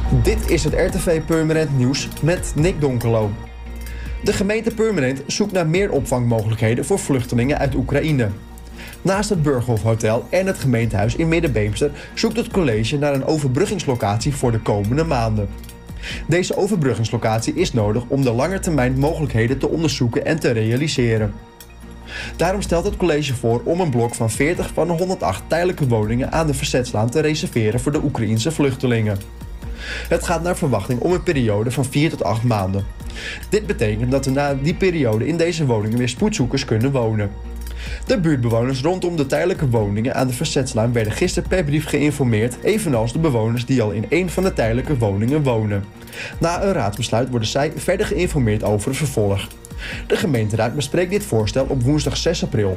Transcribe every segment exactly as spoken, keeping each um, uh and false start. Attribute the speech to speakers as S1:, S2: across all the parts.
S1: Dit is het R T V Purmerend Nieuws met Nick Donkelo. De gemeente Purmerend zoekt naar meer opvangmogelijkheden voor vluchtelingen uit Oekraïne. Naast het Burghof Hotel en het gemeentehuis in Middenbeemster zoekt het college naar een overbruggingslocatie voor de komende maanden. Deze overbruggingslocatie is nodig om de langetermijn mogelijkheden te onderzoeken en te realiseren. Daarom stelt het college voor om een blok van veertig van de honderdacht tijdelijke woningen aan de Verzetslaan te reserveren voor de Oekraïense vluchtelingen. Het gaat naar verwachting om een periode van vier tot acht maanden. Dit betekent dat er na die periode in deze woningen weer spoedzoekers kunnen wonen. De buurtbewoners rondom de tijdelijke woningen aan de Verzetslaan werden gisteren per brief geïnformeerd, evenals de bewoners die al in een van de tijdelijke woningen wonen. Na een raadsbesluit worden zij verder geïnformeerd over het vervolg. De gemeenteraad bespreekt dit voorstel op woensdag zes april.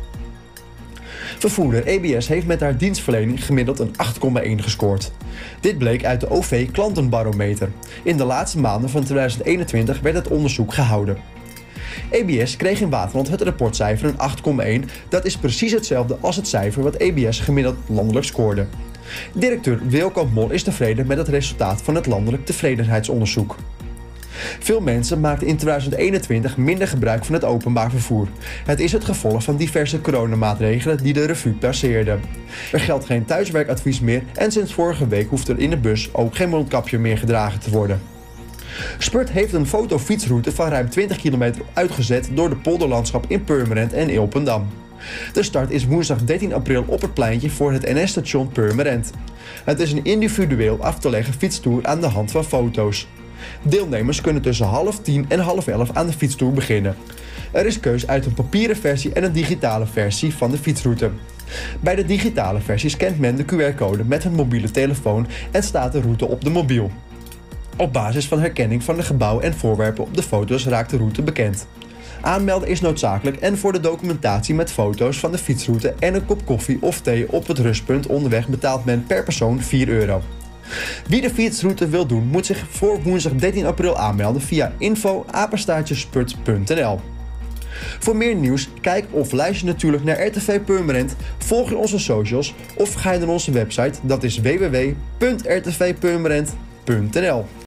S1: Vervoerder E B S heeft met haar dienstverlening gemiddeld een acht komma één gescoord. Dit bleek uit de O V-klantenbarometer. In de laatste maanden van tweeduizend eenentwintig werd het onderzoek gehouden. E B S kreeg in Waterland het rapportcijfer een acht komma één. Dat is precies hetzelfde als het cijfer wat E B S gemiddeld landelijk scoorde. Directeur Wilco Mol is tevreden met het resultaat van het landelijk tevredenheidsonderzoek. Veel mensen maakten in tweeduizend eenentwintig minder gebruik van het openbaar vervoer. Het is het gevolg van diverse coronamaatregelen die de revue passeerden. Er geldt geen thuiswerkadvies meer en sinds vorige week hoeft er in de bus ook geen mondkapje meer gedragen te worden. Spurt heeft een fotofietsroute van ruim twintig kilometer uitgezet door de polderlandschap in Purmerend en Ilpendam. De start is woensdag dertien april op het pleintje voor het N S-station Purmerend. Het is een individueel af te leggen fietstoer aan de hand van foto's. Deelnemers kunnen tussen half tien en half elf aan de fietstoer beginnen. Er is keus uit een papieren versie en een digitale versie van de fietsroute. Bij de digitale versie scant men de Q R-code met een mobiele telefoon en staat de route op de mobiel. Op basis van herkenning van de gebouwen en voorwerpen op de foto's raakt de route bekend. Aanmelden is noodzakelijk en voor de documentatie met foto's van de fietsroute en een kop koffie of thee op het rustpunt onderweg betaalt men per persoon vier euro. Wie de fietsroute wil doen, moet zich voor woensdag dertien april aanmelden via info apenstaartje spurt punt n l. Voor meer nieuws, kijk of luister natuurlijk naar R T V Purmerend, volg je onze socials of ga je naar onze website, dat is w w w punt r t v purmerend punt n l.